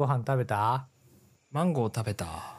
ご飯食べた？ マンゴー食べた。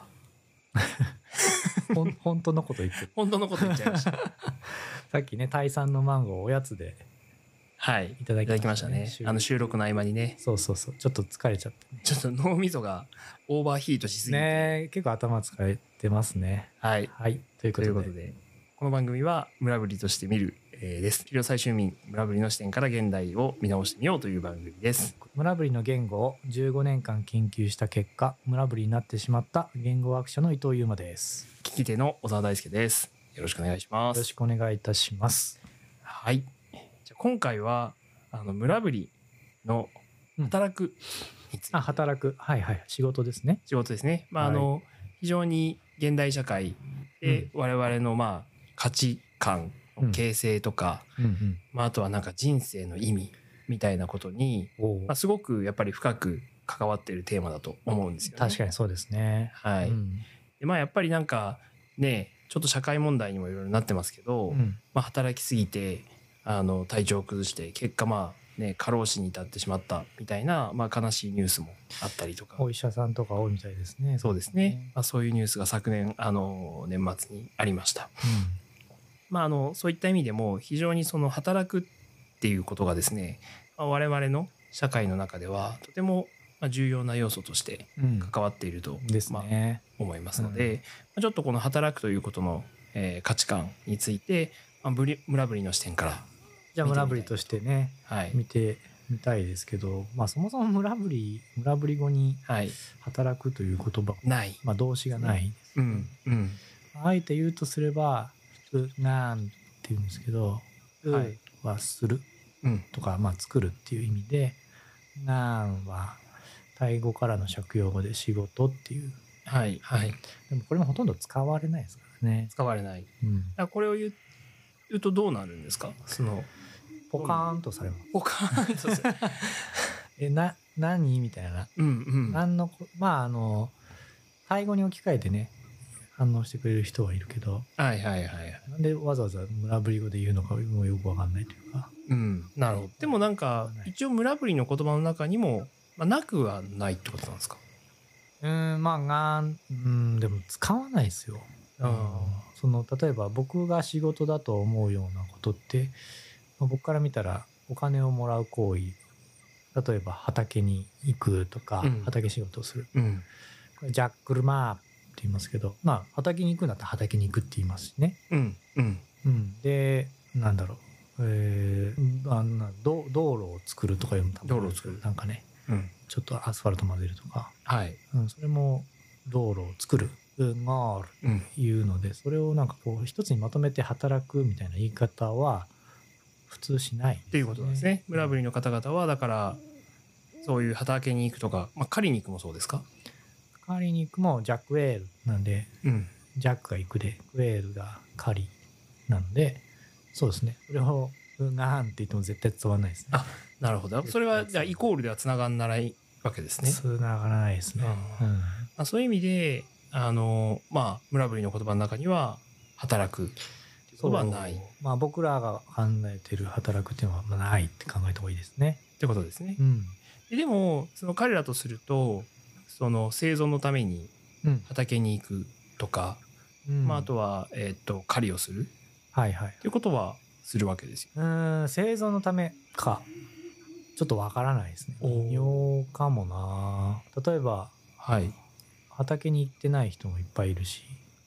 本当のこと言ってる。 本当のこと言っちゃいました。 さっきね、タイ産のマンゴーをおやつではい。 いただきましたね。 収録の合間にね。 そう。ちょっと疲れちゃってね。 ちょっと脳みそがオーバーヒートしすぎて。 ね、結構頭疲れてますね。 はい。 はい。ということで。 この番組は村ぶりとして見る、です。医療採集民村ぶりの視点から現代を見直してみようという番組です。 村ぶりの言語を15年間研究した結果、村ぶりになってしまった言語学者の伊藤優馬です。 聞き手の小沢大輔です。よろしくお願いします。 よろしくお願いいたします。 はい。じゃあ今回は村ぶりの働くについて、 働く、はいはい、仕事ですね。 仕事ですね。非常に現代社会で我々の価値観の形成とか、あとはなんか人生の意味みたいなことに、すごくやっぱり深く関わっているテーマだと思うんですよね。 確かにそうですね。 はい。でやっぱりなんかね、ちょっと社会問題にもいろいろなってますけど、働きすぎて体調を崩して結果過労死に至ってしまったみたいな、悲しいニュースもあったりとか。 お医者さんとか多いみたいですね。 そうですね。そういうニュースが昨年年末にありました。そういった意味でも非常にその働くっていうことがですね、我々の社会の中ではとても重要な要素として関わっていると、思いますので、ちょっとこの働くということの、価値観について、村ぶりの視点からじゃあ村ぶりとしてね、見てみたいですけど、そもそも村ぶり語に働くという言葉ない、 動詞がないですね。あえて言うとすればなんって言うんですけど、はするとか、作るっていう意味で、なんはタイ語からの借用語で仕事っていう。でもこれもほとんど使われないですからね。 使われない。これを言うとどうなるんですか？ ポカーンとされます。 ポカーンとされる。何みたいな。何のタイ語に置き換えてね、反応してくれる人はいるけど、なんでわざわざ村ぶり語で言うのかもうよくわかんないというか。 なるほど。でもなんか一応村ぶりの言葉の中にも、なくはないってことなんですか？ でも使わないですよ。例えば僕が仕事だと思うようなことって、僕から見たらお金をもらう行為、例えば畑に行くとか、畑仕事をする、これジャックルマーって言いますけど、畑に行くんだったら畑に行くって言いますしね。で、なんだろう、道路を作るとかいうのも道路を作る、 なんかね、ちょっとアスファルト混ぜるとか、それも道路を作るがいうので、それをなんかこう一つにまとめて働くみたいな言い方は普通しないっていうことなんですね。村ぶりの方々はだからそういう畑に行くとか、狩りに行くもそうですか？ 狩りに行くもジャックウェールなんで、ジャックが行くでウェールが狩りなので、そうですね。それをなんって言っても絶対伝わらないですね。 なるほど。それはじゃあイコールではつながらないわけですね。 つながらないですね。 そういう意味で村ぶりの言葉の中には働くっていう言葉はない。 僕らが考えてる働くっていうのはないって考えた方がいいですね。 ってことですね。でもその彼らとすると、その生存のために畑に行くとか、あとは狩りをするっていうことはするわけですよ。 生存のためかちょっとわからないですね。微妙かもな。例えば、畑に行ってない人もいっぱいいるし、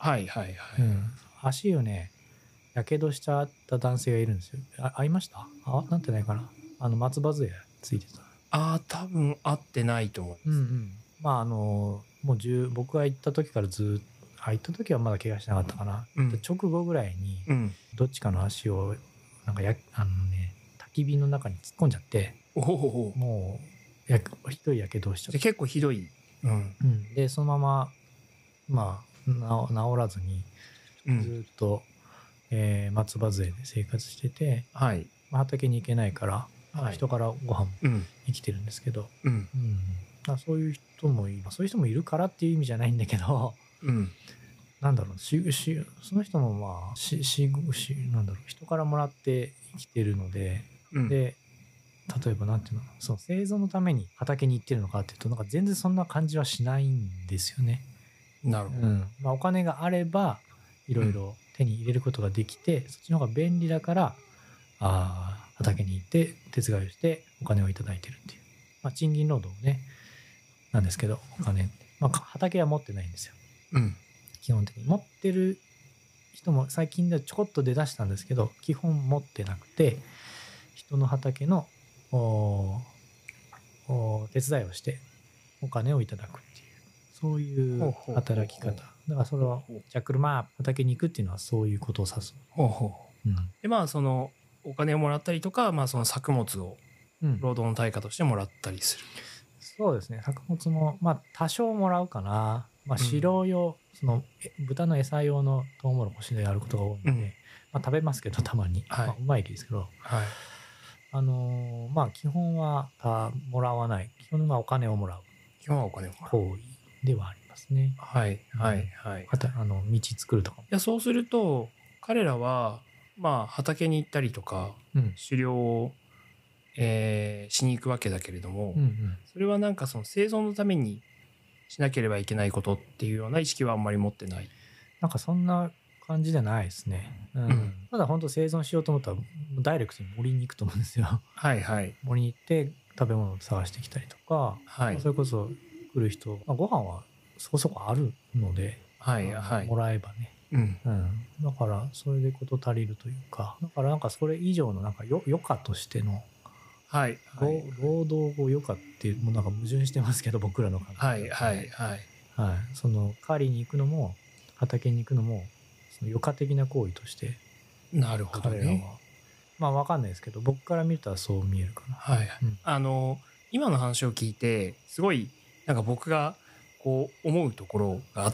足をねやけどしちゃった男性がいるんですよ。会いました？なんてないかな。松葉杖ついてた。 多分会ってないと思います。 もう僕が行った時から行った時はまだ怪我しなかったかな。直後ぐらいにどっちかの足をなんか焚き火の中に突っ込んじゃって、もうひどいやけどをしちゃって。 結構ひどい。 でそのまま治らずにずっと、松葉杖で生活してて、畑に行けないから、人からご飯も生きてるんですけど、そういう人もいるからっていう意味じゃないんだけど、なんだろう、その人もなんだろう、人からもらって生きてるので、で例えばなんていうの、その生存のために畑に行ってるのかっていうと、なんか全然そんな感じはしないんですよね。 なるほど。 まあ、お金があればいろいろ手に入れることができて、そっちの方が便利だから畑に行って手伝いをしてお金をいただいてるっていう、まあ、賃金労働ねなんですけど、お金、まあ、畑は持ってないんですよ。基本的に持ってる人も最近ではちょこっと出だしたんですけど、基本持ってなくて、人の畑の手伝いをしてお金をいただくっていう、そういう働き方。だからそれはじゃあ車畑に行くっていうのはそういうことを指す。 でまあそのお金をもらったりとか、まあ、その作物を労働の対価としてもらったりする。 そうですね。作物もまあ多少もらうかな。まあ飼料用、その豚の餌用のトウモロコシでやることが多いので、まあ、食べますけどたまに、まあ、うまいですけど、まあ基本はもらわない。基本はお金をもらう。 基本はお金をもらう行為ではありますね。道作るとかも。 いや、そうすると彼らはまあ畑に行ったりとか、狩猟を、しに行くわけだけれども、それはなんかその生存のためにしなければいけないことっていうような意識はあんまり持ってない。 なんかそんな感じじゃないですね。ただ本当生存しようと思ったらダイレクトに森に行くと思うんですよ。森に行って食べ物を探してきたりとか、それこそ来る人、まあ、ご飯はそこそこあるので、もらえばね。だからそれで事足りるというか、だからなんかそれ以上のなんか余暇としての労働後余暇っていうもうなんか矛盾してますけど、僕らの感覚。その狩りに行くのも畑に行くのもその余暇的な行為として、 なるほどね。 まあ分かんないですけど、僕から見るとそう見えるかな。 今の話を聞いてすごいなんか僕がこう思うところがあって、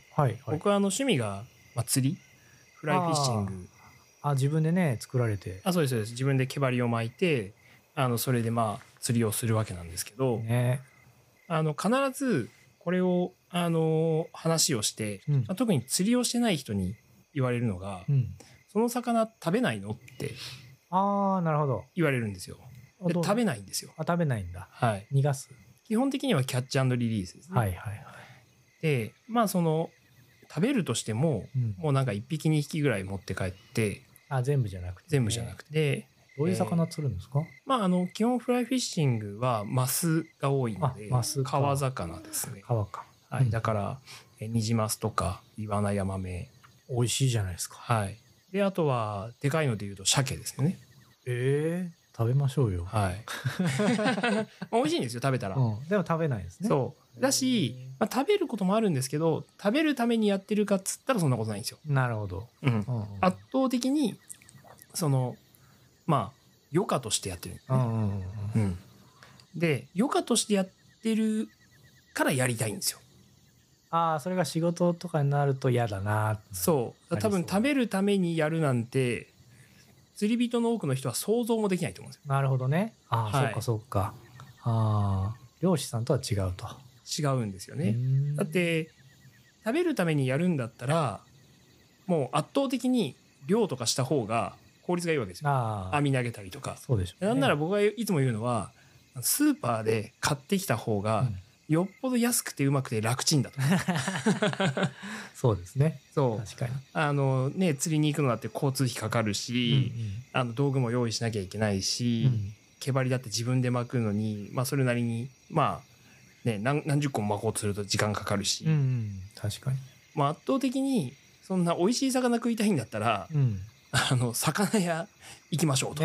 僕は趣味が釣り、フライフィッシング。 自分でね作られて。 そうですそうです。自分で毛針を巻いてそれでまあ釣りをするわけなんですけど、必ずこれを話をして、特に釣りをしてない人に言われるのが、その魚食べないのってなるほど言われるんですよ。で食べないんですよ。 食べないんだ。逃がす。 基本的にはキャッチ&リリースですね。でまあその食べるとしても、もうなんか1匹2匹ぐらい持って帰って、 全部じゃなくて、 全部じゃなくて、 どういう魚釣るんですか？ まあ基本フライフィッシングはマスが多いので、川魚ですね。 川か。 だからニジマスとかイワナヤマメ、 美味しいじゃないですか。 であとはでかいのでいうと鮭ですね。 食べましょうよ。 美味しいんですよ、食べたら。 でも食べないですね。 そうだし、食べることもあるんですけど、食べるためにやってるかっつったらそんなことないんですよ。 なるほど。 圧倒的にそのまあ余暇としてやってるんですね。で余暇としてやってるからやりたいんですよ。 それが仕事とかになると嫌だな。 そう多分食べるためにやるなんて釣り人の多くの人は想像もできないと思うんですよ。 なるほどね。そうか。漁師さんとは違うと。 違うんですよね。だって食べるためにやるんだったらもう圧倒的に漁とかした方が効率がいいわけですよ。網投げたりとか。 そうでしょうね。 なんなら僕がいつも言うのはスーパーで買ってきた方がよっぽど安くてうまくて楽ちんだと。 そうですね。 確かに。 釣りに行くのだって交通費かかるし、道具も用意しなきゃいけないし、毛針だって自分で巻くのに、それなりに何十個も巻こうとすると時間かかるし、 確かに。 圧倒的にそんな美味しい魚食いたいんだったら、魚屋行きましょうと。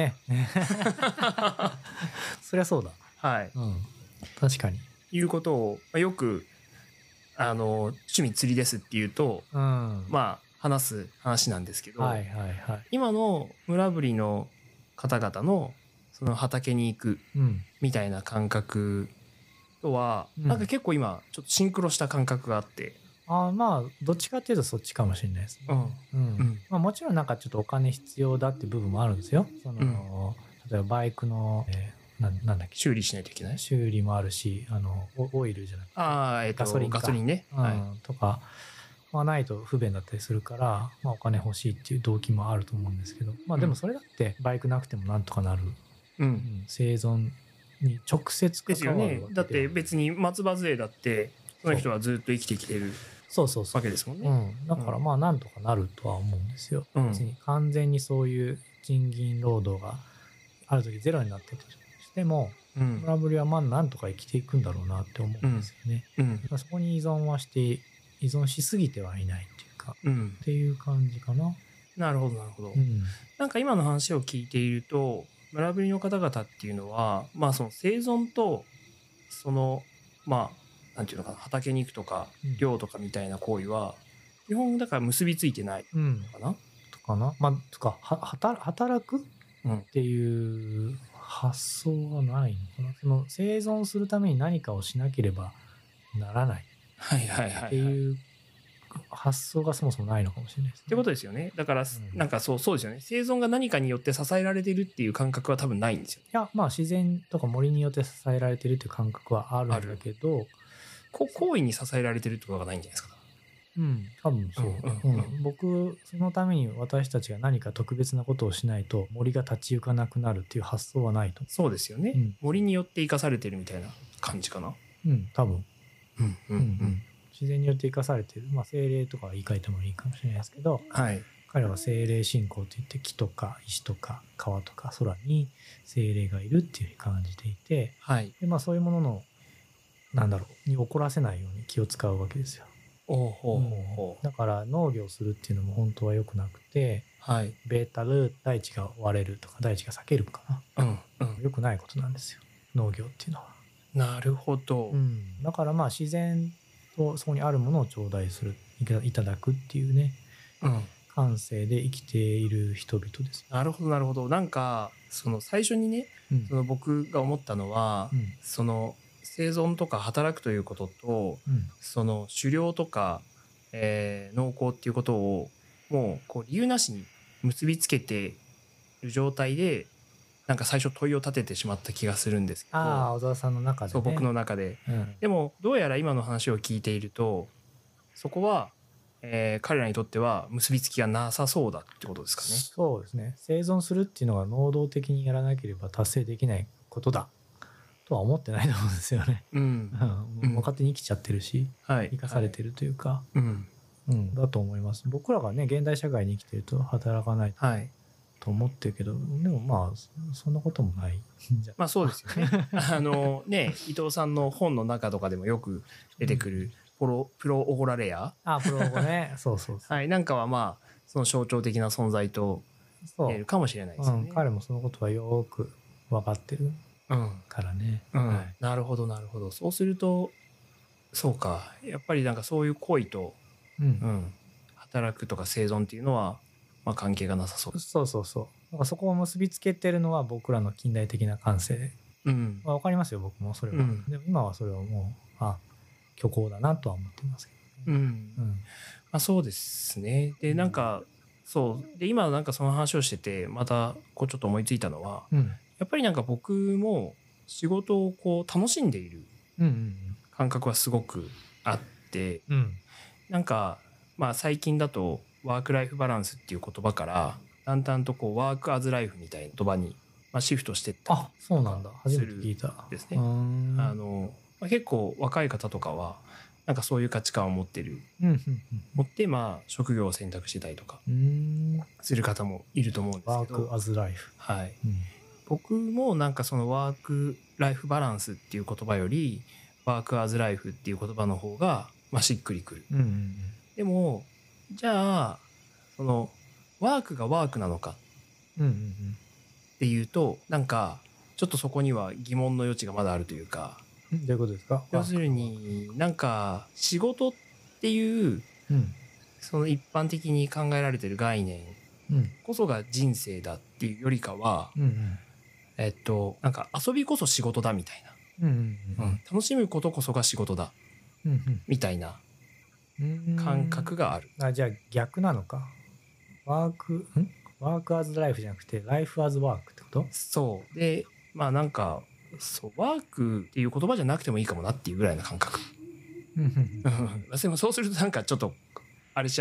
そりゃそうだ。確かに。 いうことをよく趣味釣りですっていうと、話す話なんですけど、今の村ぶりの方々のその畑に行くみたいな感覚とは、なんか結構今ちょっとシンクロした感覚があって。 どっちかっていうとそっちかもしれないですね。もちろんなんかちょっとお金必要だって部分もあるんですよ。例えばバイクの、なんだっけ、 修理しないといけない。 修理もあるし、オイルじゃなくてガソリンね、とか、ないと不便だったりするから、お金欲しいっていう動機もあると思うんですけど、でもそれだってバイクなくてもなんとかなる生存に直接ですよね。だって別に松葉杖だってその人はずっと生きてきてるわけですもんね。 だからまあなんとかなるとは思うんですよ。別に完全にそういう賃金労働がある時ゼロになってるとしても、村ぶりはまあなんとか生きていくんだろうなって思うんですよね。そこに依存しすぎてはいないっていうか、っていう感じかな。 なるほどなるほど。なんか今の話を聞いていると、村ぶりの方々っていうのは、まあその生存とそのまあなんていうのかな、畑に行くとか漁とかみたいな行為は基本だから結びついてないのかな。 まあとか働くっていう発想はないのかな。その生存するために何かをしなければならないっていう発想がそもそもないのかもしれないですね。 ってことですよね。だからなんかそうですよね。生存が何かによって支えられてるっていう感覚は多分ないんですよ。 いやまあ自然とか森によって支えられてるっていう感覚はあるんだけど、 行為に支えられてるってことがないんじゃないですか。 多分そう。僕そのために私たちが何か特別なことをしないと森が立ち行かなくなるっていう発想はないと。 そうですよね。森によって生かされてるみたいな感じかな。 多分。自然によって生かされてる。まあ精霊とか言い換えてもいいかもしれないですけど、彼は精霊信仰といって木とか石とか川とか空に精霊がいるっていうふうに感じていて、でまあそういうもののに怒らせないように気を使うわけですよ。だから農業するっていうのも本当は良くなくて、ベータル大地が割れるとか大地が裂けるかな、良くないことなんですよ農業っていうのは。 なるほど。 だからまあ自然とそこにあるものを頂戴するいただくっていうね、感性で生きている人々です。 なるほどなるほど。なんかその最初にね、その僕が思ったのは、その生存とか働くということと、その狩猟とか、農耕っていうことをもうこう理由なしに結びつけている状態でなんか最初問いを立ててしまった気がするんですけど、 小沢さんの中でね。 そう僕の中で、でもどうやら今の話を聞いているとそこは、彼らにとっては結びつきがなさそうだってことですかね。 そうですね。生存するっていうのは能動的にやらなければ達成できないことだとは思ってないと思うんですよね。勝手に生きちゃってるし、生かされてるというか、だと思います。僕らがね現代社会に生きてると働かないと思ってるけど、でもまあそんなこともないんじゃない。 まあそうですよね。伊藤さんの本の中とかでもよく出てくるプロオゴラレア、 プロオゴね、そうなんかはまあその象徴的な存在と言えるかもしれないですよね。 彼もそのことはよく分かってるからね。 なるほどなるほど。そうするとそうか、やっぱりなんかそういう行為と、働くとか生存っていうのはまあ関係がなさそう。 そうだからそこを結びつけてるのは僕らの近代的な感性、分かりますよ僕もそれは、でも今はそれはもう虚構だなとは思ってますけど、 そうですね。でなんかそうで今なんかその話をしててまたこうちょっと思いついたのは、やっぱりなんか僕も仕事をこう楽しんでいる感覚はすごくあって、なんかまあ最近だとワークライフバランスっていう言葉からだんだんとこうワークアズライフみたいな言葉にシフトしてったりとかそうなんだ、初めて聞いたですね。結構若い方とかはなんかそういう価値観を持ってまあ職業を選択してたりとかする方もいると思うんですけど、 ワークアズライフ、 僕もなんかそのワークライフバランスっていう言葉よりワークアズライフっていう言葉の方がしっくりくる。でもじゃあそのワークがワークなのかっていうとなんかちょっとそこには疑問の余地がまだあるというか。 どういうことですか？ 要するになんか仕事っていう、その一般的に考えられてる概念こそが人生だっていうよりかは、なんか遊びこそ仕事だみたいな、楽しむことこそが仕事だ、みたいな感覚がある。 じゃあ逆なのか。ワークアズライフじゃなくてライフアズワークってこと？ そうでまあなんかワークっていう言葉じゃなくてもいいかもなっていうぐらいな感覚。でもそうするとなんかちょっとあれしちゃうん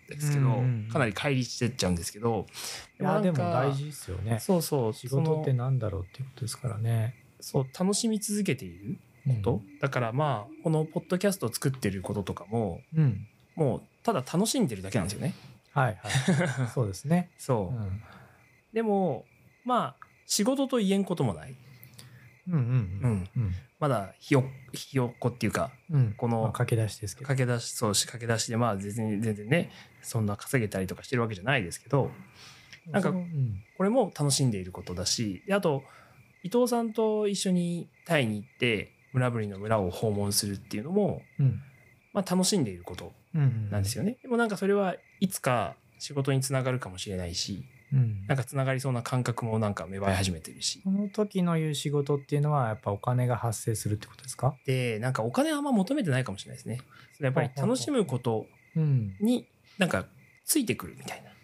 ですけど、 うんうんうんかなり乖離してっちゃうんですけど、 いやでも大事。 事ですよね。 そうそう仕事ってなんだろうっていうことですからね。 そう楽しみ続けていること、だからまあこのポッドキャストを作ってることとかもうんもうただ楽しんでるだけなんですよね。 はいはいそうですね。 そうう、 んでもまあ仕事と言えんこともない、 うんうんうんまだひよっこっていうか、 うんこの駆け出しですけど。 駆け出しでまあ全然ねそんな稼げたりとかしてるわけじゃないですけど、なんかこれも楽しんでいることだし、であと伊藤さんと一緒にタイに行って村ぶりの村を訪問するっていうのも、まあ、楽しんでいることなんですよね。でもなんかそれはいつか仕事につながるかもしれないし、なんかつながりそうな感覚もなんか芽生え始めてるし。 その時の言う仕事っていうのはやっぱお金が発生するってことですか？ でなんかお金はあんま求めてないかもしれないですね。やっぱり楽しむことになんかついてくるみたいな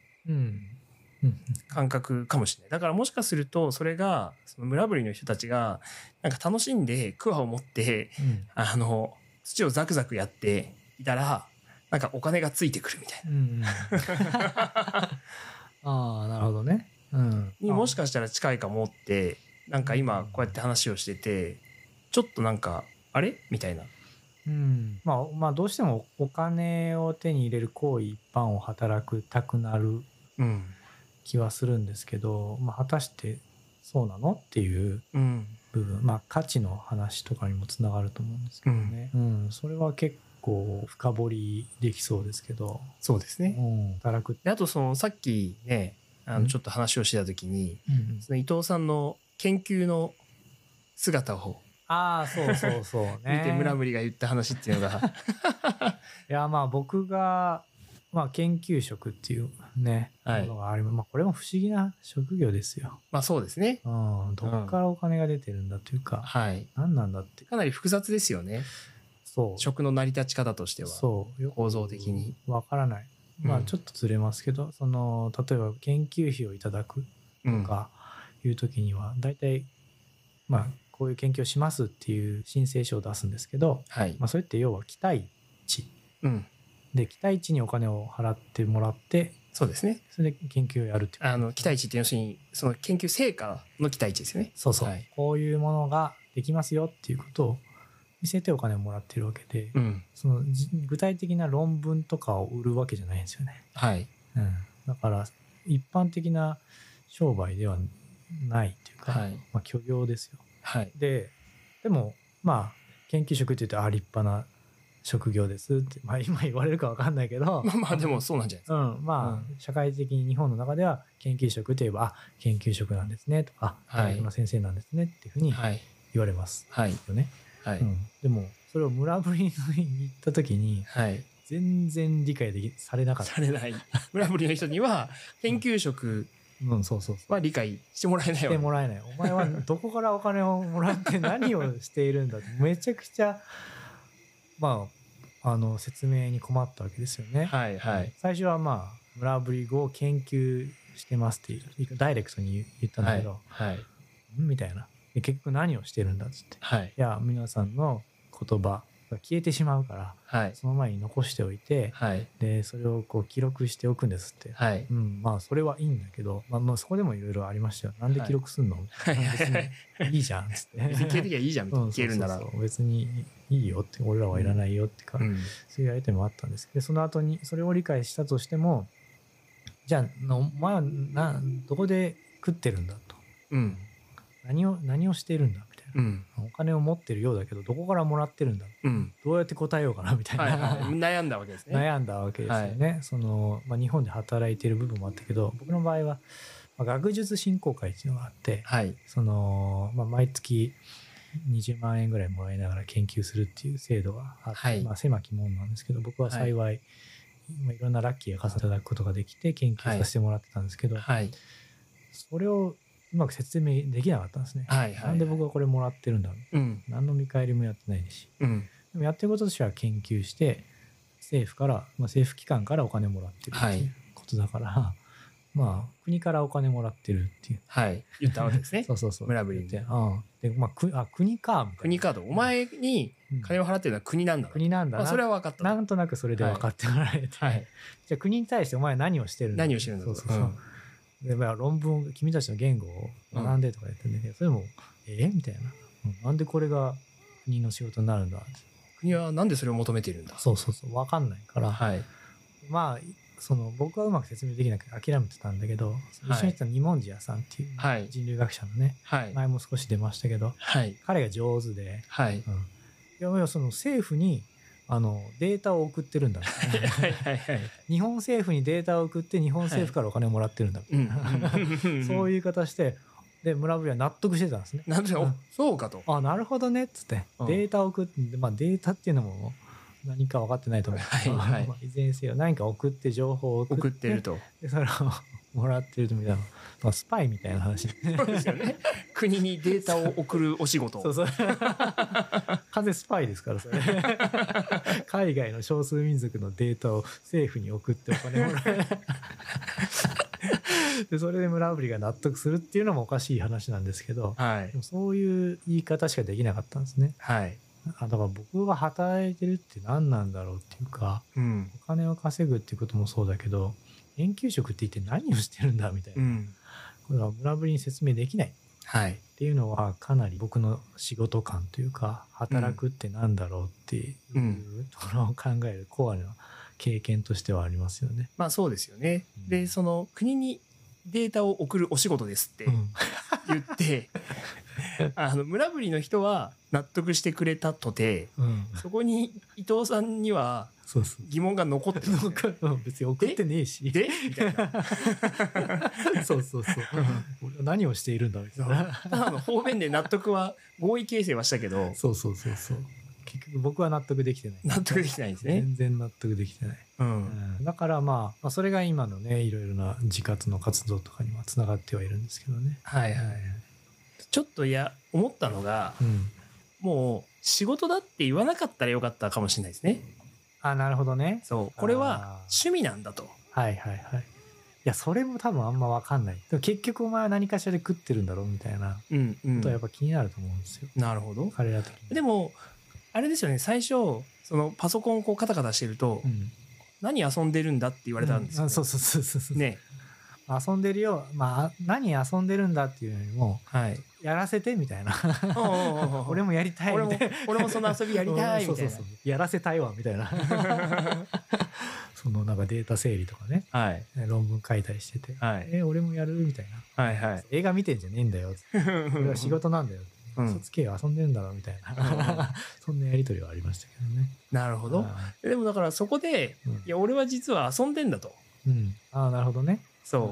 感覚かもしれない。だからもしかするとそれがその村ぶりの人たちがなんか楽しんでクワを持って、土をザクザクやっていたらなんかお金がついてくるみたいな、 ああなるほどね、 にもしかしたら近いかもってなんか今こうやって話をしててちょっとなんかあれみたいな。 まあどうしてもお金を手に入れる行為一般を働くたくなる気はするんですけど、まあ、果たしてそうなのっていう部分、まあ価値の話とかにもつながると思うんですけどね、それは結構深掘りできそうですけど。 そうですね、 働くであとそのさっきねちょっと話をしてた時に、その伊藤さんの研究の姿をそうね見て村森が言った話っていうのがいやまあ僕が、まあ、研究職っていうね、ものがあります。まあこれも不思議な職業ですよ。 まあそうですね。 どっからお金が出てるんだというか、何なんだって。 かなり複雑ですよね。そう職の成り立ち方としては構造的にわからない。まあちょっとずれますけど、その例えば研究費をいただくとかいう時には大体まあこういう研究をしますっていう申請書を出すんですけど、まあそれって要は期待値、で期待値にお金を払ってもらって、 そうですね。 それで研究をやるっていう。 期待値って要するにその研究成果の期待値ですよね。 そう、こういうものができますよっていうことを見せてお金をもらっているわけで、その具体的な論文とかを売るわけじゃないんですよね。だから一般的な商売ではないというか、まあ虚業ですよ。でもまあ研究職って言うと立派な職業ですって、まあ、今言われるか分かんないけどまあでもそうなんじゃないですか。 まあ社会的に日本の中では研究職といえば研究職なんですねとか大学の先生なんですねっていうふうに言われますよね。でもそれを村ぶりに行った時に全然理解されなかった。 されない。村ぶりの人には研究職は理解してもらえないわ。 してもらえない。お前はどこからお金をもらって何をしているんだってめちゃくちゃまあ説明に困ったわけですよね。最初はまあ村ぶり語を研究してますってダイレクトに言ったんだけど、みたいな。結局何をしてるんだっつって、いや皆さんの言葉が消えてしまうから、その前に残しておいて、でそれをこう記録しておくんですって、まあそれはいいんだけど、まあそこでもいろいろありましたよ。なんで記録すんの、別にいいじゃんっつって、 別に消えてきゃいいじゃんみたいな、消えるんなら別にいいよって、俺らはいらないよってか、そういう相手もあったんですけど、その後にそれを理解したとしても、じゃあお前はどこで食ってるんだと、何をしているんだみたいな、お金を持ってるようだけどどこからもらってるんだ、どうやって答えようかなみたいな、 悩んだわけですね。 悩んだわけですよね。その日本で働いている部分もあったけど、僕の場合は学術振興会っていうのがあって、その毎月20万円ぐらいもらいながら研究するっていう制度があって、狭き門なんですけど、僕は幸い、いろんなラッキーが重なっていただくことができて研究させてもらってたんですけど、それをうまく説明できなかったんですね。なんで僕はこれもらってるんだろう、何の見返りもやってないし、でもやってることとしては研究して政府機関からお金もらってるっていうことだから、 まあ国からお金もらってるっていう。 はい言ったわけですね。 そうそうそう。 村ぶりに。 で、まあ国かみたいな。 国かと。お前に金を払ってるのは国なんだ。 国なんだな。 それは分かった。 なんとなくそれで分かってもらえて。 はい。 じゃあ国に対してお前何をしてるんだ。 何をしてるんだと。 そうそうそう。でまあ論文を君たちの言語を学んでとか言ってんだけど、それもみたいな。なんでこれが国の仕事になるんだ。 国はなんでそれを求めているんだ。 そうそうそう。分かんないから。 はい。 まあ僕はうまく説明できなくて諦めてたんだけど、一緒にいた二文字屋さんっていう人類学者のね、前も少し出ましたけど、彼が上手で、いやその政府にデータを送ってるんだ日本政府にデータを送って日本政府からお金をもらってるんだみたいな、そういう言い方してで村ぶりは納得してたんですね。 そうかと。 なるほどねっつって、データを送って、データっていうのも何か分かってないと思うけど、いずれにせよ何か送って情報を送ってると、でそれをもらってるみたいな、スパイみたいな話。 そうですよね。国にデータを送るお仕事。そう完全スパイですからそれ。海外の少数民族のデータを政府に送ってお金もらえでそれで村ぶりが納得するっていうのもおかしい話なんですけど、でもそういう言い方しかできなかったんですね。だから僕が働いてるって何なんだろうっていうか、お金を稼ぐっていうこともそうだけど、研究職って一体何をしてるんだみたいな、これは村ぶりに説明できないっていうのはかなり僕の仕事感というか、働くって何だろうっていうところを考えるコアな経験としてはありますよね。 まあそうですよね。でその国にデータを送るお仕事ですって言って、村ぶりの人は納得してくれたとて、そこに伊藤さんには疑問が残ってる、ね、 別に送ってねえしみたいなそう俺は何をしているんだみたいな。 ただの方面で納得は合意形成はしたけど、 そう結局僕は納得できてない。 納得できてないんですね。 全然納得できてない。だからまあそれが今のねいろいろな自活の活動とかにはつながってはいるんですけどね。 ちょっと思ったのが、もう仕事だって言わなかったらよかったかもしれないですね。 なるほどね。 これは趣味なんだと。いやそれも多分あんま分かんない。でも結局お前は何かしらで食ってるんだろうみたいなことはやっぱ気になると思うんですよ。 なるほど。 彼ら的に。 でもあれですよね、最初そのパソコンをこうカタカタしてると、何遊んでるんだって言われたんですよ。 そうね。 遊んでるよ、何遊んでるんだっていうよりも、やらせてみたいな俺もやりたいみたいな、 俺もその遊びやりたいみたいなやらせたいわみたいなそのなんかデータ整理とかね、論文書いたりしてて、俺もやるみたいな、映画見てんじゃねえんだよ俺は仕事なんだよ、嘘つけよ遊んでるんだろうみたいなそんなやり取りはありましたけどね。 なるほど。でもだからそこで、いや俺は実は遊んでんだと。 なるほどね。 そう、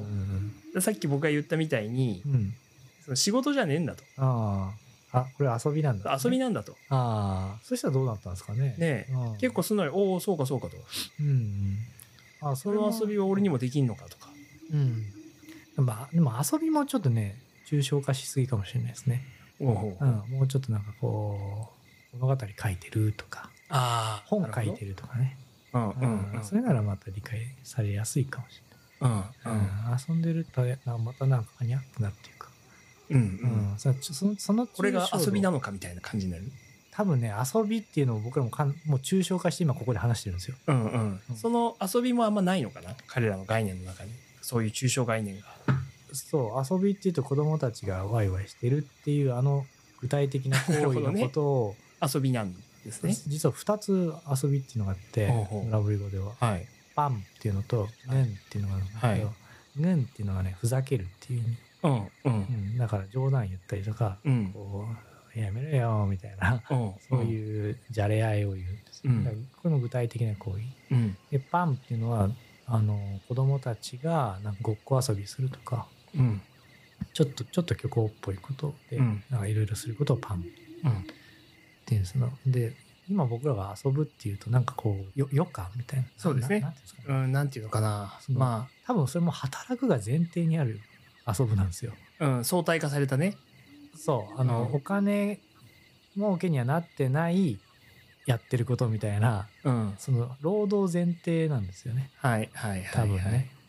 さっき僕が言ったみたいに、その仕事じゃねえんだと。 これ遊びなんだ、 遊びなんだと。 そしたらどうなったんですかね。 結構すんなりおおそうかそうかと。その遊びは俺にもできんのかとか。 でも遊びもちょっとね抽象化しすぎかもしれないですね。もうちょっとなんかこう物語書いてるとか、本書いてるとかね。それならまた理解されやすいかもしれない。遊んでるとまたなんかアニャってなっていうか、そのこれが遊びなのかみたいな感じになる。 多分ね遊びっていうのを僕らももう抽象化して今ここで話してるんですよ。 その遊びもあんまないのかな、彼らの概念の中に。そういう抽象概念が。 遊びっていうと子供たちがワイワイしてるっていう具体的な行為のことを遊びなんですね。 実は2つ遊びっていうのがあって村ぶり語では。パンっていうのとヌンっていうのがあるんだけど、ヌンっていうのがねふざけるっていう意味、だから冗談言ったりとか、こうやめろよみたいなそういうじゃれ合いを言うんですよ。これも具体的な行為、でパンっていうのは子供たちがなんかごっこ遊びするとか、ちょっと虚構っぽいことでなんかいろいろすることをパンっていうんですので、今僕らが遊ぶっていうとなんかこう余暇みたいな。 そうですね。なんていうのかな。 多分それも働くが前提にある遊ぶなんですよ。 相対化されたね。 お金儲けにはなってないやってることみたいな、その労働前提なんですよね。多分ね。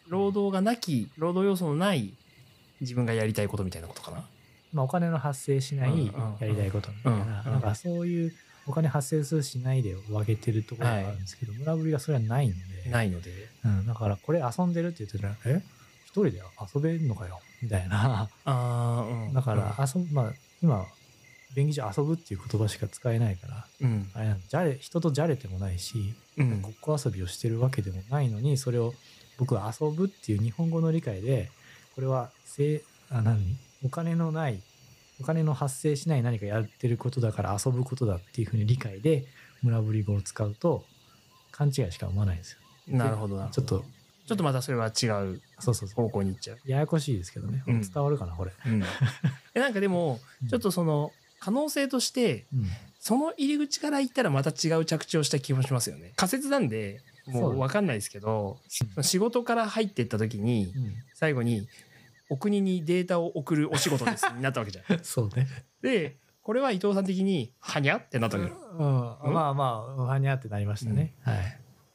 労働がなき、労働要素のない自分がやりたいことみたいなことかな。 まあ、お金の発生しないやりたいことみたいな、なんかそういうお金発生するしないで分けてるところがあるんですけど、村ぶりがそれはないので、 ないので、 だからこれ遊んでるって言ってたら、一人で遊べんのかよみたいな。だからまあ今便宜上遊ぶっていう言葉しか使えないから、あれなん人とじゃれてもないし、ごっこ遊びをしてるわけでもないのに、それを僕は遊ぶっていう日本語の理解で、これはお金の発生しない何かやってることだから遊ぶことだっていうふうに理解で村ぶり語を使うと勘違いしか生まないんですよ。 なるほどな。ちょっとまたそれは違う方向に行っちゃう。 ややこしいですけどね。伝わるかなこれ。 なんかでもちょっとその可能性として、その入り口から行ったらまた違う着地をした気もしますよね。仮説なんでもう分かんないですけど、仕事から入っていった時に、最後にお国にデータを送るお仕事ですになったわけじゃん。 そうね。 でこれは伊藤さん的にはにゃってなったわけよ。 まあまあはにゃってなりましたね。はい。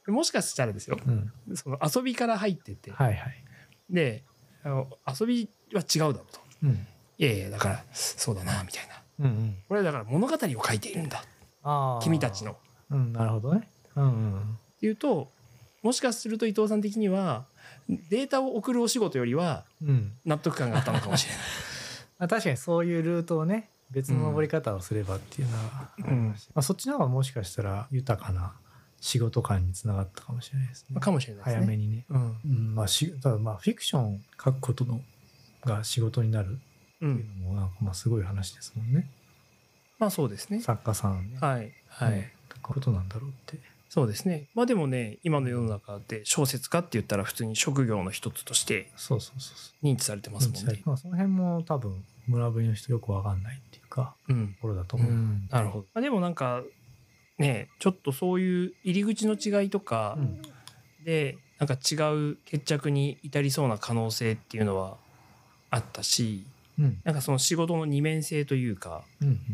もしかしたらですよ、その遊びから入ってて、で遊びは違うだろうと、いやいやだからそうだなみたいな、これはだから物語を書いているんだ、君たちの、 なるほどね。 っていうと、もしかすると伊藤さん的にはデータを送るお仕事よりは納得感があったのかもしれない。 確かにそういうルートをね、別の登り方をすればっていうのは、そっちの方がもしかしたら豊かな仕事感につながったかもしれないですね。 かもしれないですね。 早めにね。ただフィクション書くことが仕事になるっていうのもなんかすごい話ですもんね。 そうですね。 作家さんね。ことなんだろうって。 そうですね。でもね、今の世の中で小説家って言ったら普通に職業の一つとして認知されてますもんね。 その辺も多分村ぶりの人よくわかんないっていうか、ところだと思う。 なるほど。でもなんかね、ちょっとそういう入り口の違いとかでなんか違う決着に至りそうな可能性っていうのはあったし、なんかその仕事の二面性というか、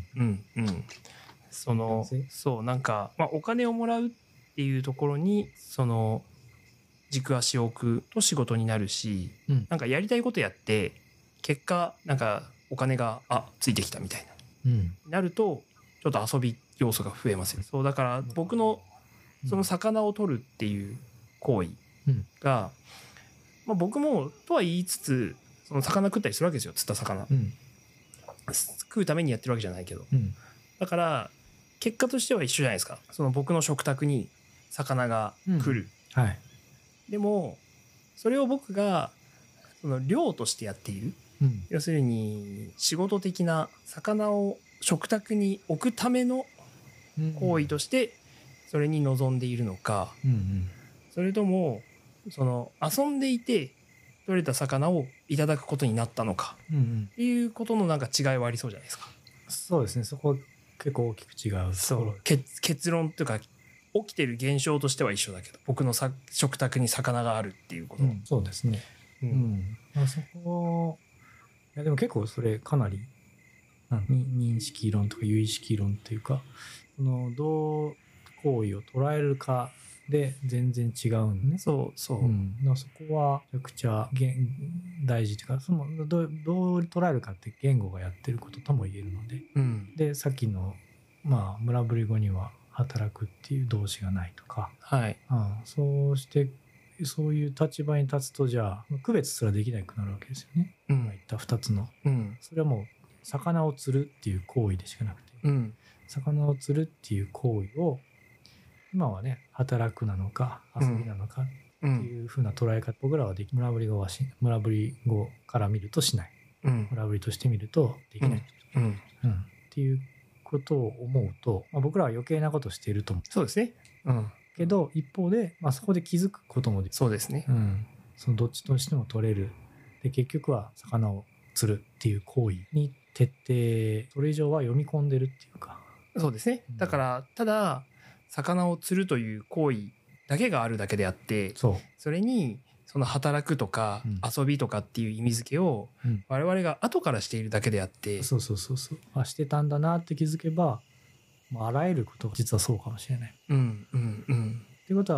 そうなんかお金をもらうっていうところにその軸足を置くと仕事になるし、なんかやりたいことやって結果なんかお金がついてきたみたいな、なるとちょっと遊び要素が増えますよ。そうだから僕のその魚を取るっていう行為が、僕もとは言いつつその魚食ったりするわけですよ。釣った魚、食うためにやってるわけじゃないけど、だから結果としては一緒じゃないですか。その僕の食卓に魚が来る、でもそれを僕がその漁としてやっている、要するに仕事的な魚を食卓に置くための行為としてそれに臨んでいるのか、それともその遊んでいて取れた魚をいただくことになったのかっていうことのなんか違いはありそうじゃないですか。 そうですね。そこ結構大きく違う。 結論というか起きてる現象としては一緒だけど、僕の食卓に魚があるっていうこと、 そうですね。そこいやでも結構それかなり認識論とか有意識論というか、そのどう行為を捉えるかで全然違うんね。そこはめちゃくちゃ大事というか、そのどう捉えるかって言語がやってることとも言えるので、でさっきの村ぶり語には働くっていう動詞がないとか、そうしてそういう立場に立つと、じゃあ区別すらできなくなるわけですよね。今言った2つの、それはもう魚を釣るっていう行為でしかなくて、魚を釣るっていう行為を今はね、働くなのか遊びなのかっていう風な捉え方、僕らは村ぶり語から見るとしない、村ぶりとして見るとできない、っていうことを思うと、僕らは余計なことをしていると思う。 そうですね。 けど一方で、そこで気づくこともできる。 そうですね。 そのどっちとしても取れる。で結局は魚を釣るっていう行為に徹底、それ以上は読み込んでるっていうか。 そうですね。だからただ魚を釣るという行為だけがあるだけであって、それにその働くとか遊びとかっていう意味付けを我々が後からしているだけであって、 してたんだなって気づけば、あらゆることが実はそうかもしれない。っていうことは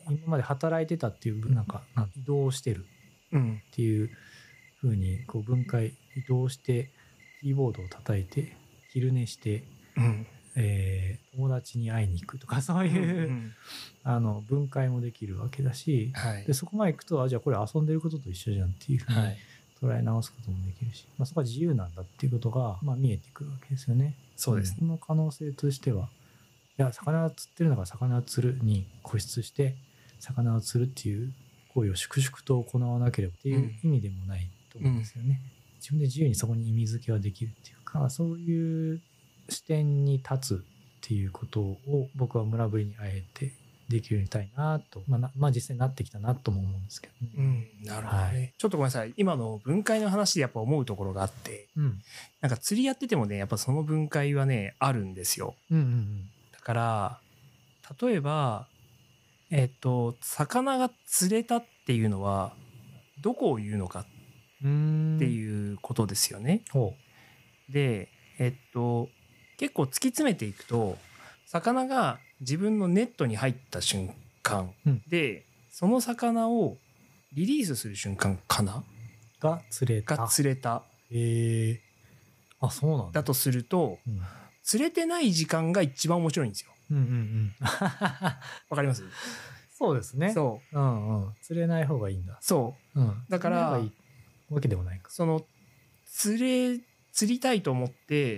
今まで働いてたっていうなんか移動してるうんっていう風にこう分解移動してキーボードを叩いて昼寝して、 うん友達に会いに行くとかそういう、分解もできるわけだし、 はい、 でそこまで行くとじゃあこれ遊んでることと一緒じゃんっていう風にはい、 捉え直すこともできるし、そこは自由なんだっていうことが、見えてくるわけですよね。 そうですね。 その可能性としては、いや魚を釣ってるのが魚を釣るに固執して魚を釣るっていう行為を粛々と行わなければっていう意味でもないと思うんですよね。自分で自由にそこに意味付けはできるっていうか、そういう視点に立つっていうことを僕は村ぶりにあえてできるようにしたいなと、実際になってきたなとも思うんですけどね。 なるほどね。ちょっとごめんなさい。今の分解の話でやっぱ思うところがあって、なんか釣りやっててもね、やっぱその分解はね、あるんですよ。だから、例えば、魚が釣れたっていうのは、どこを言うのかっていうことですよね。で、結構突き詰めていくと、魚が自分のネットに入った瞬間で、その魚をリリースする瞬間かなが釣れた。そうなんだとすると、釣れてない時間が一番面白いんですよ。わかります？ そうですね。釣れない方がいいんだ。だから、いいわけでもないか。 その釣りたいと思って、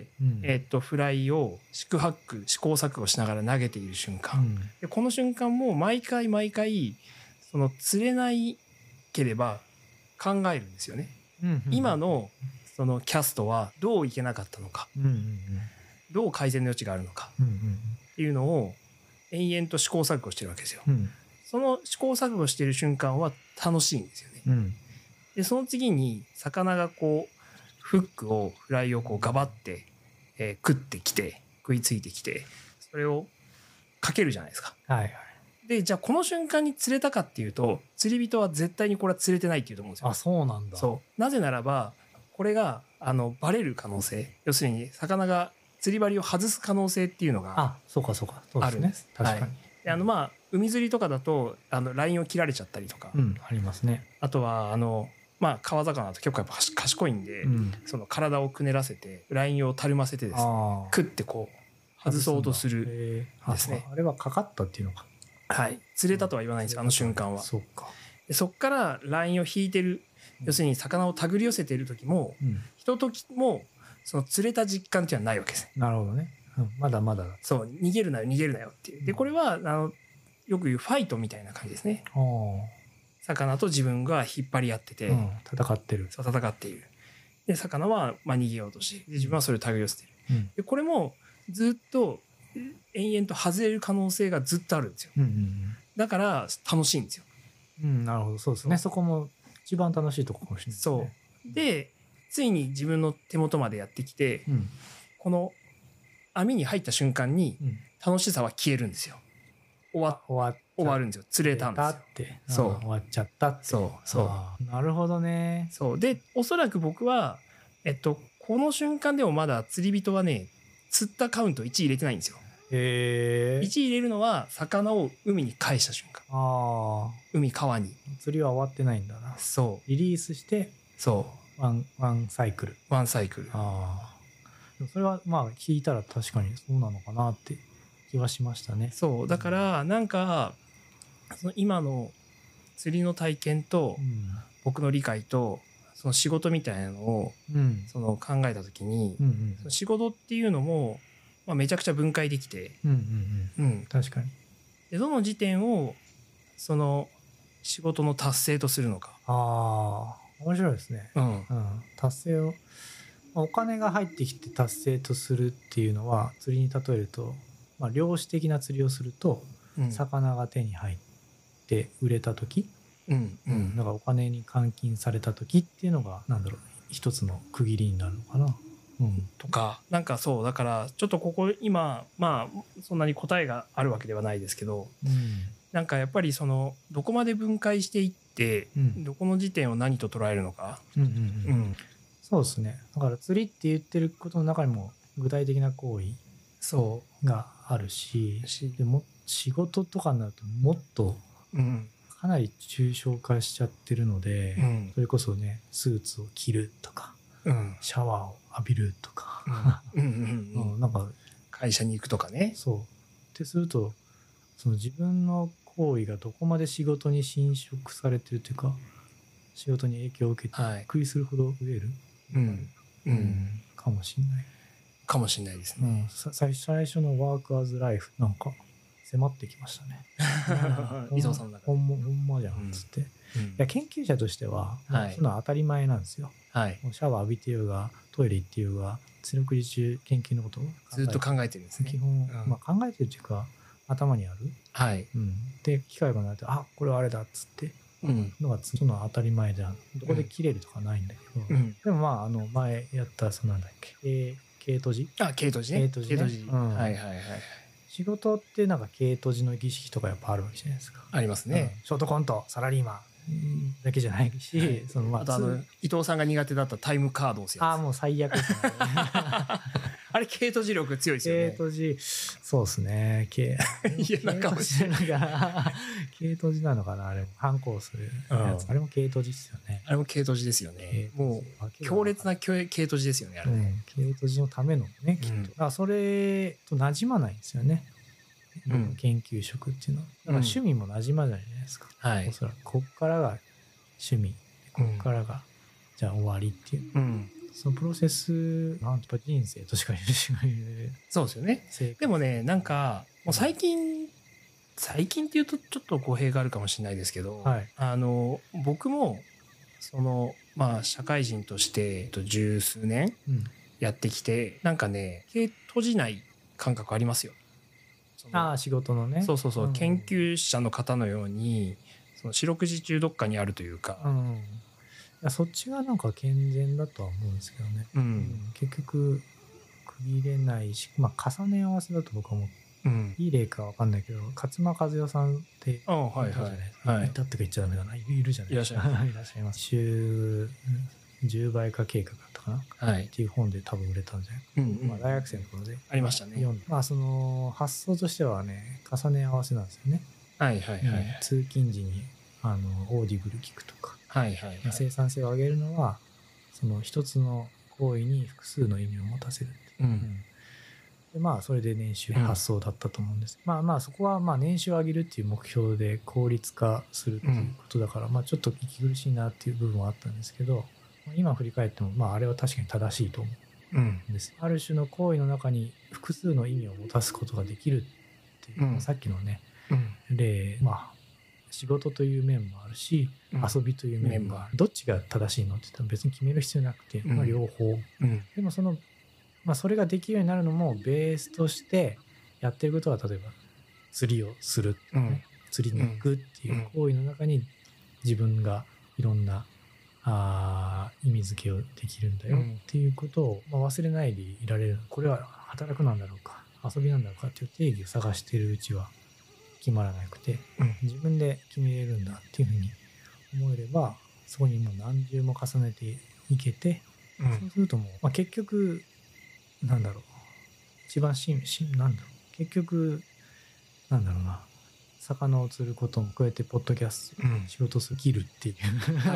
フライを試行錯誤しながら投げている瞬間、でこの瞬間も毎回その釣れないければ考えるんですよね。今のそのキャストはどういけなかったのか、どう改善の余地があるのかっていうのを延々と試行錯誤してるわけですよ。その試行錯誤している瞬間は楽しいんですよね。でその次に魚がこうフライをこうガバって、食いついてきて、それをかけるじゃないですか。でじゃあこの瞬間に釣れたかっていうと、釣り人は絶対にこれは釣れてないっていうと思うんですよ。 そうなんだ。 なぜならばこれがバレる可能性、要するに魚が釣り針を外す可能性っていうのがあるんです。確かに。海釣りとかだとラインを切られちゃったりとか、 ありますね。 あとは川魚だと結構やっぱ賢いんで、その体をくねらせてラインをたるませてですね、クッてこう外そうとするですね。 あれはかかったっていうのか。 釣れたとは言わないんですよ、あの瞬間は。そっからラインを引いてる、要するに魚を手繰り寄せている時も、ひとときもその釣れた実感っていうのはないわけです。 なるほどね。まだまだ。 逃げるなよっていう。でこれはよく言うファイトみたいな感じですね。魚と自分が引っ張り合ってて、 戦ってる。 戦っている。で魚は逃げようとして、で自分はそれを手繰り寄せている。でこれもずっと延々と外れる可能性がずっとあるんですよ。だから楽しいんですよ。 なるほど、そうですね。そこも一番楽しいところかもしれないですね。 でついに自分の手元までやってきて、この網に入った瞬間に楽しさは消えるんですよ。終わるんですよ。釣れたんですよ。 終わっちゃったって。なるほどね。 でおそらく僕はこの瞬間でもまだ釣り人はね、釣ったカウント1入れてないんですよ。1入れるのは魚を海に返した瞬間。川に。 釣りは終わってないんだな。リリースしてワンサイクル。それは聞いたら確かにそうなのかなって気はしましたね。 だからなんかその今の釣りの体験と僕の理解とその仕事みたいなのをその考えた時に、その仕事っていうのもめちゃくちゃ分解できて、 確かに。 でどの時点をその仕事の達成とするのか。 面白いですね。達成をお金が入ってきて達成とするっていうのは釣りに例えると、量子的な釣りをすると、魚が手に入って売れた時、だからお金に換金された時っていうのが一つの区切りになるのかな。 とかなんかだからちょっとここ今そんなに答えがあるわけではないですけど、なんかやっぱりそのどこまで分解していって、どこの時点を何と捉えるのか。 そうですね。だから釣りって言ってることの中にも具体的な行為があるし、でも仕事とかになるともっとうんかなり抽象化しちゃってるので、 うんそれこそねスーツを着るとかうんシャワーを浴びるとか、 うんうんなんか会社に行くとかね。 そうってするとその自分の行為がどこまで仕事に侵食されてるというか仕事に影響を受けて、 はいびっくりするほど増える、 うんうんかもしれない、 かもしれないですね。 最初のワークアズライフなんか迫ってきましたね伊藤さんの中で。 ほんまじゃんっつって、いや研究者としては、 はいそんなの当たり前なんですよ。 はい。 もうシャワー浴びてようがトイレ行ってようが四六時中研究のことをずっと考えてるんですね。 基本、 うん考えてるっていうか頭にある、 はい。 で機械が鳴ってあこれはあれだっつってうんのがその当たり前じゃん、どこで切れるとかないんだけど、 うん。 でも前やったそのなんだっけ毛閉じ毛閉じね。 毛閉じねはいはいはい。 仕事ってなんか毛閉じの儀式とかやっぱあるわけじゃないですか。 ありますね。 ショートコントサラリーマンだけじゃないし、 はいそのあと伊藤さんが苦手だったタイムカードを押すやつ。 もう最悪ですねあれ毛閉じ力強いですよ毛ね。 閉じそうですね嫌な顔してる。 毛閉じなのかなあれも反抗するやつ、あれも毛閉じですよね。 あれも毛閉じですよね。もう強烈な毛閉じですよねあれね。 毛閉じのためのねきっと、だからそれと馴染まないんですよね、研究職っていうのは。だから趣味も馴染まないじゃないですか、 はいおそらくこっからが趣味こっからがじゃあ終わりっていう、そのプロセスなんとか人生としか言えそうですよね。でもねなんかもう最近っていうとちょっと語弊があるかもしれないですけど、 はい、 僕もその社会人として十数年やってきて、なんかね毛閉じない感覚ありますよ。 仕事のねそうそうそう、研究者の方のようにその四六時中どっかにあるというか、 いやそっちがなんか健全だとは思うんですけどね、結局区切れないし、重ね合わせだと僕は思って、いい例かわかんないけど勝間和代さんっていたじゃないですか、いたってか言っちゃダメだな、いるじゃないですか、いらっしゃいます。週10倍化計画だったかな、っていう本で多分売れたんじゃない、大学生の頃でありましたね。 読んで、その発想としてはね重ね合わせなんですよね。通勤時にオーディブル聞くとか、生産性を上げるのはその一つの行為に複数の意味を持たせる、でそれで年収発想だったと思うんです、そこは年収を上げるっていう目標で効率化するっていうことだから、ちょっと息苦しいなっていう部分はあったんですけど、今振り返ってもあれは確かに正しいと思うんです、ある種の行為の中に複数の意味を持たすことができるっていう、さっきのね、例仕事という面もあるし、遊びという面もある、どっちが正しいのって言ったら別に決める必要なくて、両方、でもそれができるようになるのもベースとしてやってることは、例えば釣りをする、釣りに行くっていう行為の中に自分がいろんな意味付けをできるんだよっていうことを、忘れないでいられる。これは働くなんだろうか遊びなんだろうかっていう定義を探しているうちは決まらなくて、自分で決めれるんだっていうふうに思えれば、そこにもう何重も重ねていけて、そうするともう、結局なんだろう、一番なんだろう、結局なんだろうな、魚を釣ることもこうやってポッドキャスト、仕事する生きるっていう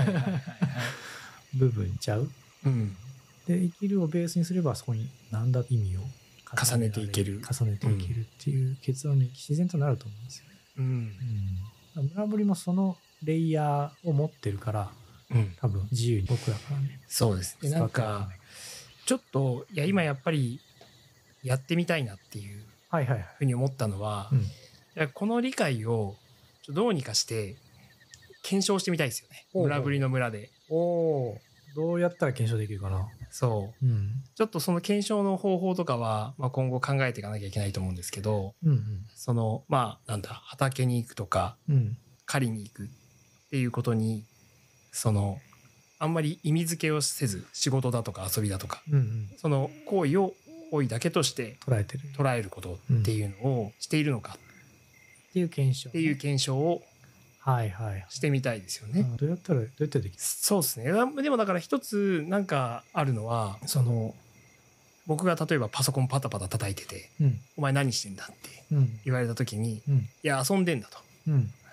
部分ちゃう、で生きるをベースにすればそこに何だ意味を重ねていけるっていう結論に自然となると思うんですよ、村堀もそのレイヤーを持ってるから、多分自由に僕らからね。 そうですね。なんかちょっと今やっぱりやってみたいなっていうふうに思ったのは、この理解をどうにかして検証してみたいですよね。村ぶりの村で。 どうやったら検証できるかな。 そう、ちょっとその検証の方法とかは、今後考えていかなきゃいけないと思うんですけど、そのなんだ畑に行くとか、狩りに行くっていうことにあんまり意味付けをせず、仕事だとか遊びだとか、その行為を行為だけとして捉えることっていうのをしているのかっていう検証をしてみたいですよね。 どうやったらできる？ そうですね。でもだから一つなんかあるのは、僕が例えばパソコンパタパタ叩いてて、お前何してんだって言われた時に、いや遊んでんだと。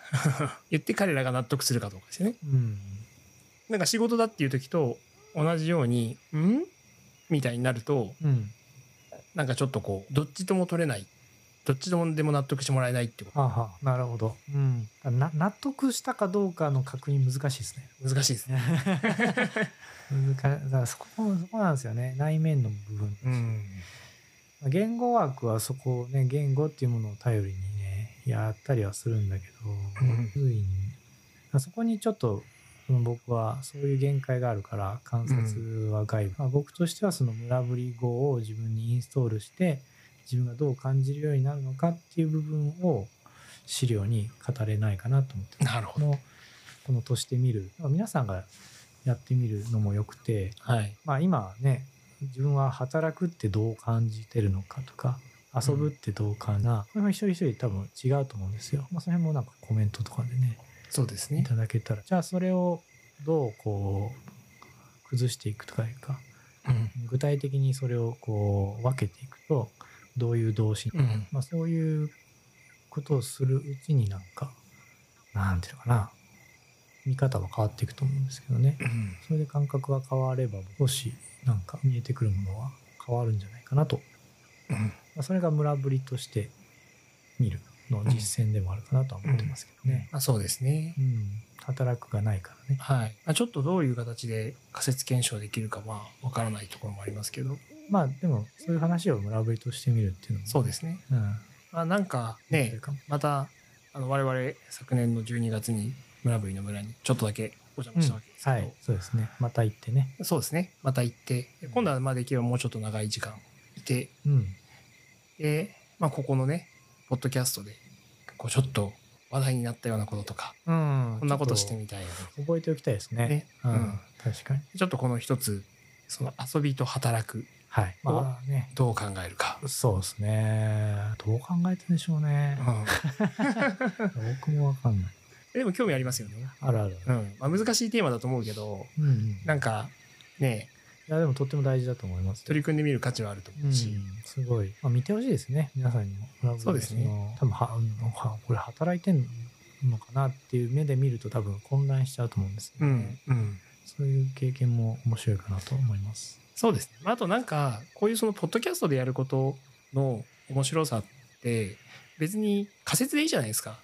言って彼らが納得するかどうかですよね。 うんなんか仕事だっていう時と同じようにみたいになると、 うんなんかちょっとこうどっちとも取れない、どっちともでも納得してもらえないってこはあはあ、なるほど、うん、納得したかどうかの確認難しいですね。 と難しいですね。 だからそこなんですよね、内面の部分。言語学はそこをね、言語っていうものを頼りにねやったりはするんだけど、そこにちょっと僕はそういう限界があるから観察は外部、僕としてはその村ぶり語を自分にインストールして自分がどう感じるようになるのかっていう部分を資料に語れないかなと思ってます。 なるほど。 このとしてみる、皆さんがやってみるのもよくて、 はい。 今ね、自分は働くってどう感じてるのかとか遊ぶってどうかな、これも一人一人多分違うと思うんですよ。その辺もなんかコメントとかでね、 そうですね。 いただけたら、じゃあそれをどうこう崩していくとかいうか、具体的にそれをこう分けていくとどういう動詞、そういうことをするうちになんていうのかな、見方は変わっていくと思うんですけどね、それで感覚が変われば少しなんか見えてくるものは変わるんじゃないかなと、それが村ぶりとして見るの実践でもあるかなとは思ってますけどね。 そうですね。 働くがないからね。 はい。ちょっとどういう形で仮説検証できるかはわからないところもありますけど。 でもそういう話を村ぶりとして見るっていうのも、 そうですね。なんかね、また我々昨年の12月に村ぶりの村にちょっとだけお邪魔したわけですけど、 そうですね。また行ってね。 そうですね。また行って、今度はできればもうちょっと長い時間いて、で、ここのね、ポッドキャストでこうちょっと話題になったようなこととか、こんなことしてみたいよね。 覚えておきたいですね。確かに。 ちょっとこの一つ、その遊びと働くをどう考えるか。 そうですね。どう考えてるんでしょうね。僕もわかんない。 でも興味ありますよね。 あるある。 難しいテーマだと思うけど、なんかね、 いやでもとっても大事だと思います。 取り組んでみる価値はあると思うし、 すごい、見てほしいですね、皆さんにも。 そうですね。 多分これ働いてんのかなっていう目で見ると多分混乱しちゃうと思うんですよね。そういう経験も面白いかなと思います。 そうですね。あとなんかこういうそのポッドキャストでやることの面白さって別に仮説でいいじゃないですか。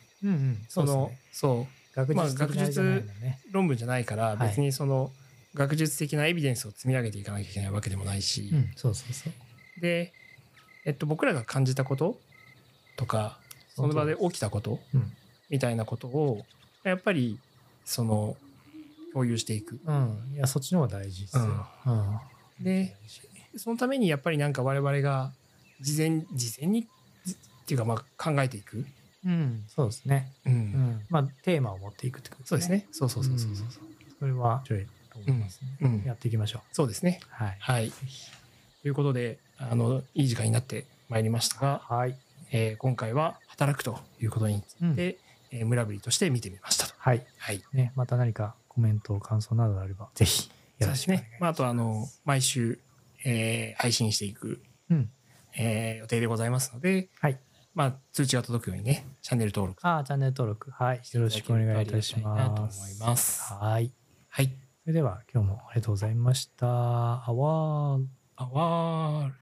学術論文じゃないから別にその学術的なエビデンスを積み上げていかなきゃいけないわけでもないし、で、僕らが感じたこととかその場で起きたことみたいなことをやっぱりその共有していく。 いやそっちの方が大事ですよ。 でそのためにやっぱりなんか我々が事前にっていうか考えていく。 そうですね。テーマを持っていくってことですね。 そうですね。 それは面白いと思いますね。やっていきましょう。 そうですね。はい。ということでいい時間になってまいりましたが、今回は働くということについて村ぶりとして見てみましたと。また何かコメント感想などあればぜひよろしくお願いします。 あと毎週配信していく予定でございますので、通知が届くようにね、チャンネル登録。 チャンネル登録。よろしくお願いいたします。それでは今日もありがとうございました。あわー。